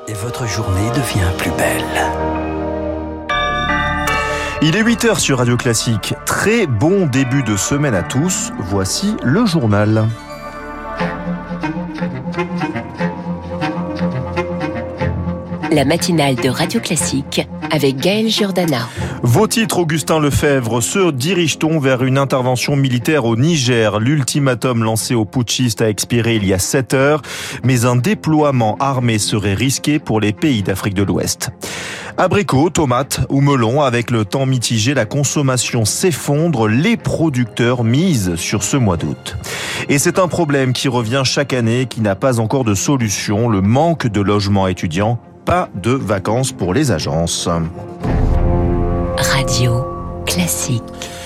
et votre journée devient plus belle. Il est 8h sur Radio Classique. Très bon début de semaine à tous. Voici le journal. La matinale de Radio Classique avec Gaël Giordana. Vos titres, Augustin Lefebvre. Se dirige-t-on vers une intervention militaire au Niger? L'ultimatum lancé aux putschistes a expiré il y a 7 heures, mais un déploiement armé serait risqué pour les pays d'Afrique de l'Ouest. Abricots, tomates ou melons, avec le temps mitigé, la consommation s'effondre. Les producteurs misent sur ce mois d'août. Et c'est un problème qui revient chaque année, qui n'a pas encore de solution. Le manque de logements étudiants. Pas de vacances pour les agences. Radio Classique.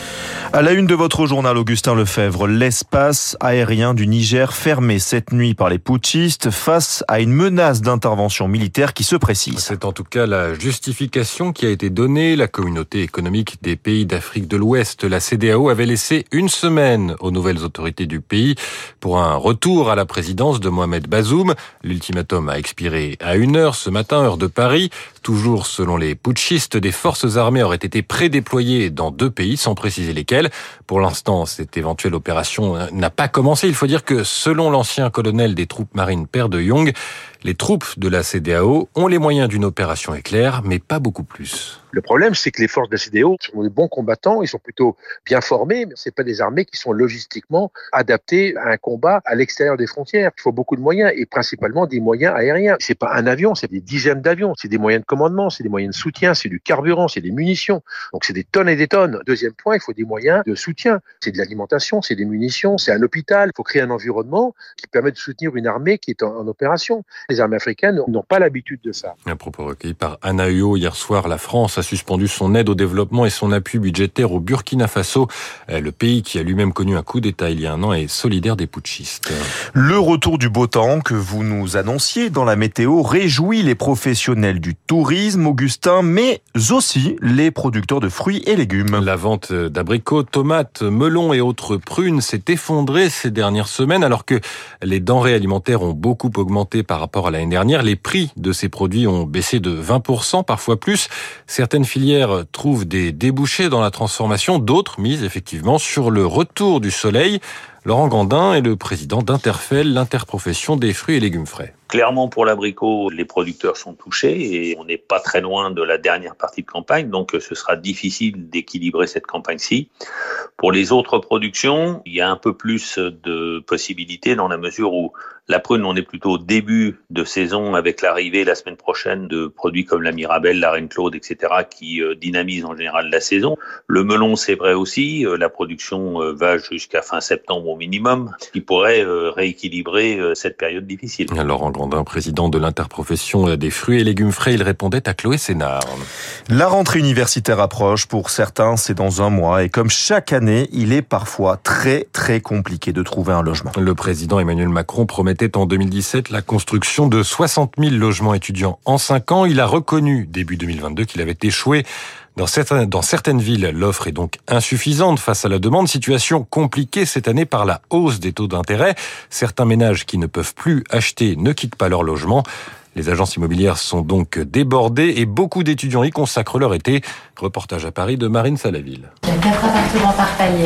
À la une de votre journal, Augustin Lefebvre, l'espace aérien du Niger fermé cette nuit par les putschistes face à une menace d'intervention militaire qui se précise. C'est en tout cas la justification qui a été donnée. La communauté économique des pays d'Afrique de l'Ouest, la CEDEAO, avait laissé une semaine aux nouvelles autorités du pays pour un retour à la présidence de Mohamed Bazoum. L'ultimatum a expiré à 1h ce matin, heure de Paris. Toujours selon les putschistes, des forces armées auraient été prédéployées dans 2 pays, sans préciser lesquels. Pour l'instant, cette éventuelle opération n'a pas commencé. Il faut dire que selon l'ancien colonel des troupes marines Père de Jong, les troupes de la CEDEAO ont les moyens d'une opération éclair, mais pas beaucoup plus. Le problème, c'est que les forces de la CEDEAO sont des bons combattants, ils sont plutôt bien formés, mais c'est pas des armées qui sont logistiquement adaptées à un combat à l'extérieur des frontières. Il faut beaucoup de moyens, et principalement des moyens aériens. C'est pas un avion, c'est des dizaines d'avions, c'est des moyens de commandement, c'est des moyens de soutien, c'est du carburant, c'est des munitions. Donc c'est des tonnes et des tonnes. Deuxième point, il faut des moyens de soutien. C'est de l'alimentation, c'est des munitions, c'est un hôpital. Il faut créer un environnement qui permet de soutenir une armée qui est en opération. Les armées africaines n'ont pas l'habitude de ça. Un propos recueilli par Anna Huot. Hier soir, la France a suspendu son aide au développement et son appui budgétaire au Burkina Faso. Le pays qui a lui-même connu un coup d'État il y a un an est solidaire des putschistes. Le retour du beau temps que vous nous annonciez dans la météo réjouit les professionnels du tourisme, Augustin, mais aussi les producteurs de fruits et légumes. La vente d'abricots, tomates, melons et autres prunes s'est effondrée ces dernières semaines alors que les denrées alimentaires ont beaucoup augmenté par rapport à l'année dernière. Les prix de ces produits ont baissé de 20%, parfois plus. Certaines filières trouvent des débouchés dans la transformation, d'autres misent effectivement sur le retour du soleil. Laurent Grandin est le président d'Interfel, l'interprofession des fruits et légumes frais. Clairement, pour l'abricot, les producteurs sont touchés et on n'est pas très loin de la dernière partie de campagne, donc ce sera difficile d'équilibrer cette campagne-ci. Pour les autres productions, il y a un peu plus de possibilités dans la mesure où la prune, on est plutôt au début de saison avec l'arrivée la semaine prochaine de produits comme la Mirabelle, la Reine Claude, etc. qui dynamisent en général la saison. Le melon, c'est vrai aussi, la production va jusqu'à fin septembre au minimum, ce qui pourrait rééquilibrer cette période difficile. Laurent Grandin, président de l'interprofession des fruits et légumes frais, il répondait à Chloé Sénard. La rentrée universitaire approche. Pour certains, c'est dans un mois. Et comme chaque année, il est parfois très, très compliqué de trouver un logement. Le président Emmanuel Macron promettait en 2017 la construction de 60 000 logements étudiants en 5 ans. Il a reconnu début 2022 qu'il avait échoué. Dans certaines villes, l'offre est donc insuffisante face à la demande. Situation compliquée cette année par la hausse des taux d'intérêt. Certains ménages qui ne peuvent plus acheter ne quittent pas leur logement. Les agences immobilières sont donc débordées et beaucoup d'étudiants y consacrent leur été. Reportage à Paris de Marine Salaville. Il y a 4 appartements par palier.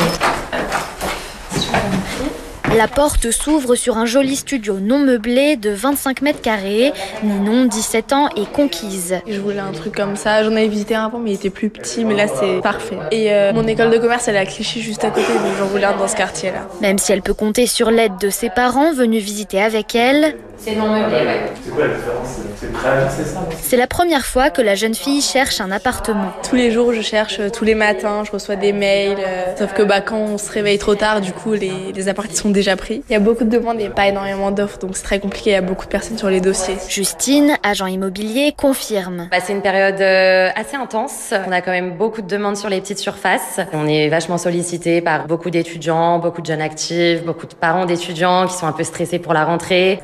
La porte s'ouvre sur un joli studio non meublé de 25 mètres carrés. Ninon, 17 ans, est conquise. Je voulais un truc comme ça. J'en avais visité un avant, mais il était plus petit, mais là c'est parfait. Et mon école de commerce, elle est à Clichy juste à côté, donc j'en voulais un dans ce quartier-là. Même si elle peut compter sur l'aide de ses parents venus visiter avec elle, C'est non meublé, ouais. C'est quoi la différence? C'est le préavis, c'est ça? C'est la première fois que la jeune fille cherche un appartement. Tous les jours, je cherche, tous les matins, je reçois des mails. Sauf que quand on se réveille trop tard, du coup, les appartements sont déjà pris. Il y a beaucoup de demandes et pas énormément d'offres, donc c'est très compliqué. Il y a beaucoup de personnes sur les dossiers. Justine, agent immobilier, confirme. C'est une période assez intense. On a quand même beaucoup de demandes sur les petites surfaces. On est vachement sollicité par beaucoup d'étudiants, beaucoup de jeunes actifs, beaucoup de parents d'étudiants qui sont un peu stressés pour la rentrée. On a pas mal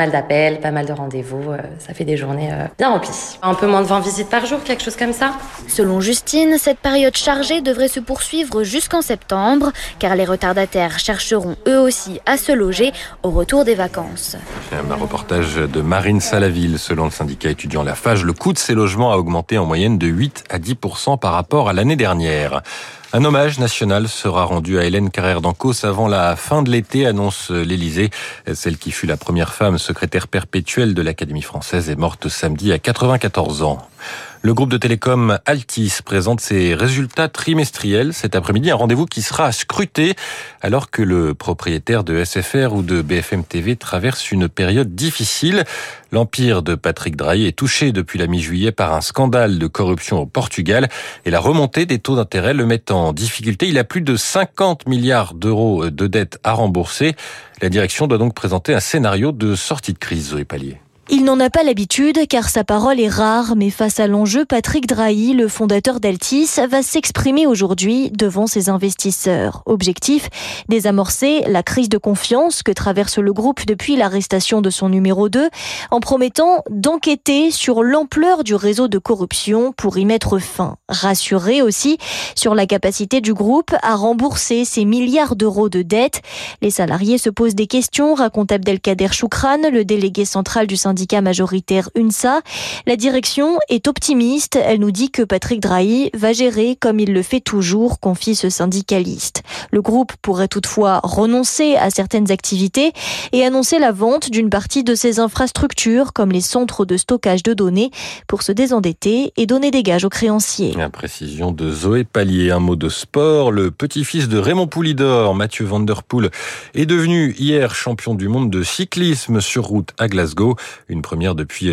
mal d'appels, pas mal de rendez-vous. Ça fait des journées bien remplies. Un peu moins de 20 visites par jour, quelque chose comme ça. Selon Justine, cette période chargée devrait se poursuivre jusqu'en septembre, car les retardataires chercheront eux aussi à se loger au retour des vacances. Un reportage de Marine Salaville. Selon le syndicat étudiant Lafarge, le coût de ces logements a augmenté en moyenne de 8 à 10% par rapport à l'année dernière. Un hommage national sera rendu à Hélène Carrère d'Ancos avant la fin de l'été, annonce l'Élysée. Celle qui fut la première femme secrétaire perpétuelle de l'Académie française est morte samedi à 94 ans. Le groupe de télécom Altice présente ses résultats trimestriels cet après-midi, un rendez-vous qui sera scruté alors que le propriétaire de SFR ou de BFM TV traverse une période difficile. L'empire de Patrick Drahi est touché depuis la mi-juillet par un scandale de corruption au Portugal et la remontée des taux d'intérêt le met en difficulté. Il a plus de 50 milliards d'euros de dettes à rembourser. La direction doit donc présenter un scénario de sortie de crise, Zoé Pallier. Il n'en a pas l'habitude car sa parole est rare, mais face à l'enjeu, Patrick Drahi, le fondateur d'Altis, va s'exprimer aujourd'hui devant ses investisseurs. Objectif, désamorcer la crise de confiance que traverse le groupe depuis l'arrestation de son numéro 2, en promettant d'enquêter sur l'ampleur du réseau de corruption pour y mettre fin. Rassurer aussi sur la capacité du groupe à rembourser ses milliards d'euros de dettes. Les salariés se posent des questions, raconte Abdelkader Choukran, le délégué central du syndicat majoritaire UNSA. La direction est optimiste. Elle nous dit que Patrick Drahi va gérer comme il le fait toujours, confie ce syndicaliste. Le groupe pourrait toutefois renoncer à certaines activités et annoncer la vente d'une partie de ses infrastructures, comme les centres de stockage de données, pour se désendetter et donner des gages aux créanciers. La précision de Zoé Pallier. Un mot de sport. Le petit-fils de Raymond Poulidor, Mathieu Van Der Poel, est devenu hier champion du monde de cyclisme sur route à Glasgow. Une première depuis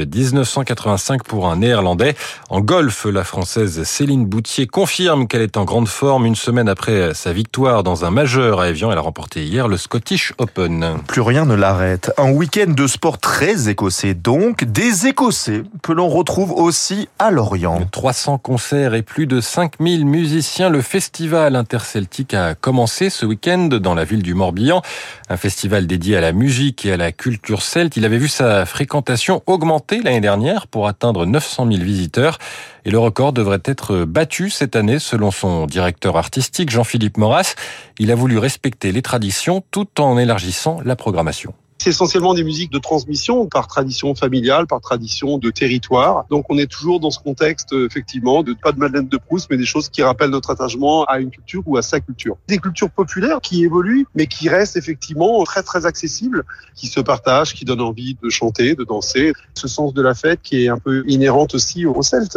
1985 pour un Néerlandais. En golf, la Française Céline Boutier confirme qu'elle est en grande forme une semaine après sa victoire dans un majeur à Évian. Elle a remporté hier le Scottish Open. Plus rien ne l'arrête. Un week-end de sport très écossais donc. Des Écossais que l'on retrouve aussi à Lorient. 300 concerts et plus de 5000 musiciens. Le festival interceltique a commencé ce week-end dans la ville du Morbihan. Un festival dédié à la musique et à la culture celte. Il avait vu sa fréquentation augmenté l'année dernière pour atteindre 900 000 visiteurs. Et le record devrait être battu cette année selon son directeur artistique Jean-Philippe Maurras. Il a voulu respecter les traditions tout en élargissant la programmation. C'est essentiellement des musiques de transmission par tradition familiale, par tradition de territoire. Donc on est toujours dans ce contexte, effectivement, de pas de Madeleine de Proust, mais des choses qui rappellent notre attachement à une culture ou à sa culture. Des cultures populaires qui évoluent, mais qui restent effectivement très très accessibles, qui se partagent, qui donnent envie de chanter, de danser. Ce sens de la fête qui est un peu inhérente aussi aux Celtes.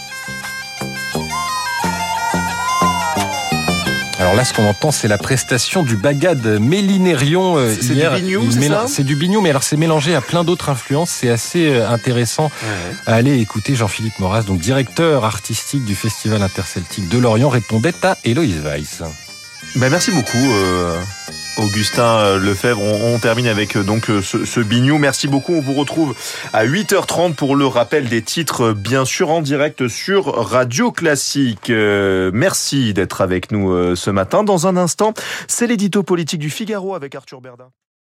Alors là, ce qu'on entend, c'est la prestation du Bagad Mélinérion hier. C'est du biniou, c'est ça ? C'est du biniou, mais alors c'est mélangé à plein d'autres influences. C'est assez intéressant à aller écouter. Jean-Philippe Maurras, donc directeur artistique du Festival interceltique de Lorient, répondait à Héloïse Weiss. Merci beaucoup, Augustin Lefebvre. On termine avec donc ce biniou. Merci beaucoup. On vous retrouve à 8h30 pour le rappel des titres, bien sûr en direct sur Radio Classique. Merci d'être avec nous ce matin. Dans un instant, c'est l'édito politique du Figaro avec Arthur Berdin.